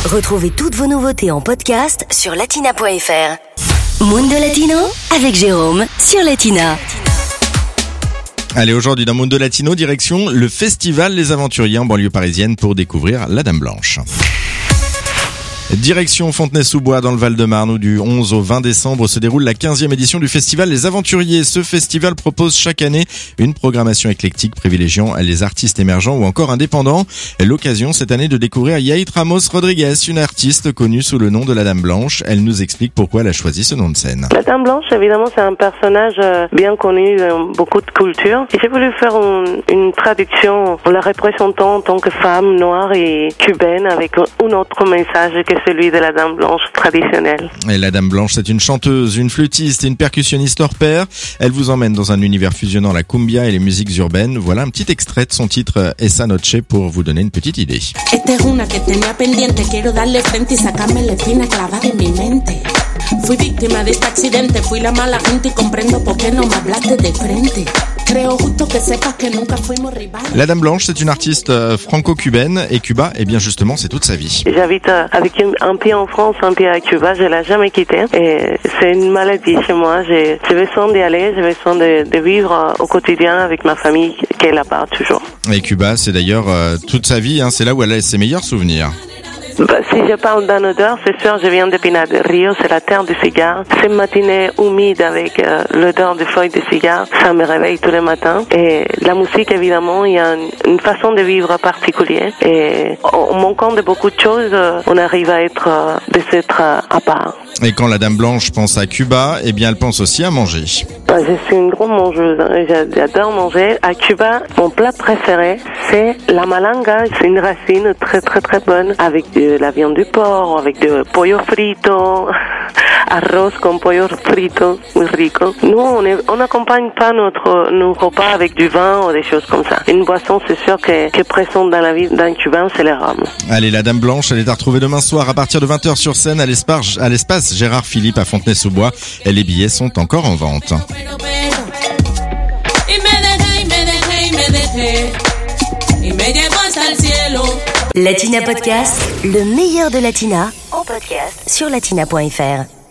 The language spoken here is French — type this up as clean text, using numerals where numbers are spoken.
Retrouvez toutes vos nouveautés en podcast sur latina.fr. Mundo Latino avec Jérôme sur Latina. Allez, aujourd'hui dans Mundo Latino, direction le festival Les Aventuriers en banlieue parisienne pour découvrir la Dame Blanche. Direction Fontenay-sous-Bois dans le Val-de-Marne où du 11 au 20 décembre se déroule la 15e édition du festival Les Aventuriers. Ce festival propose chaque année une programmation éclectique privilégiant les artistes émergents ou encore indépendants. L'occasion cette année de découvrir Yaït Ramos Rodriguez, une artiste connue sous le nom de la Dame Blanche. Elle nous explique pourquoi elle a choisi ce nom de scène. La Dame Blanche, évidemment, c'est un personnage bien connu dans beaucoup de cultures. Et j'ai voulu faire une traduction en la représentant en tant que femme noire et cubaine avec un autre message que celui de la Dame Blanche traditionnelle. Et la Dame Blanche, c'est une chanteuse, une flûtiste et une percussionniste hors pair. Elle vous emmène dans un univers fusionnant la cumbia et les musiques urbaines. Voilà un petit extrait de son titre Esa Noche pour vous donner une petite idée. Fui víctima de este accidente, fui la mala gente y comprendo por qué no me hablaste de frente. Creo justo que sepas que nunca fuimos rivales. La Dame Blanche, c'est une artiste franco-cubaine et Cuba, eh bien justement, c'est toute sa vie. J'habite avec un pied en France, un pied à Cuba, je l'ai jamais quitté et c'est une maladie chez moi. J'ai besoin d'y aller, j'ai besoin de vivre au quotidien avec ma famille qui est là-bas toujours. Et Cuba, c'est d'ailleurs toute sa vie, hein, c'est là où elle a ses meilleurs souvenirs. Si je parle d'un odeur, c'est sûr, je viens de Pinar del Rio, c'est la terre du cigare. Ces matinées humides avec l'odeur des feuilles de cigare, ça me réveille tous les matins. Et la musique, évidemment, il y a une façon de vivre particulière. Et en manquant de beaucoup de choses, on arrive à être à part. Et quand la Dame Blanche pense à Cuba, eh bien, elle pense aussi à manger. Je suis une grande mangeuse, j'adore manger. À Cuba, mon plat préféré, c'est la malanga. C'est une racine très très très bonne avec de la viande du porc, avec du pollo frito, arroz con pollo frito, muy rico. Nous, on n'accompagne pas nos repas avec du vin ou des choses comme ça. Une boisson, c'est sûr qui est présente dans la vie d'un Cubain, c'est le rhum. Allez, la Dame Blanche, elle est à retrouver demain soir à partir de 20h sur scène à l'espace Gérard Philippe à Fontenay-sous-Bois. Et les billets sont encore en vente. Latina Podcast, le meilleur de Latina, en podcast sur latina.fr.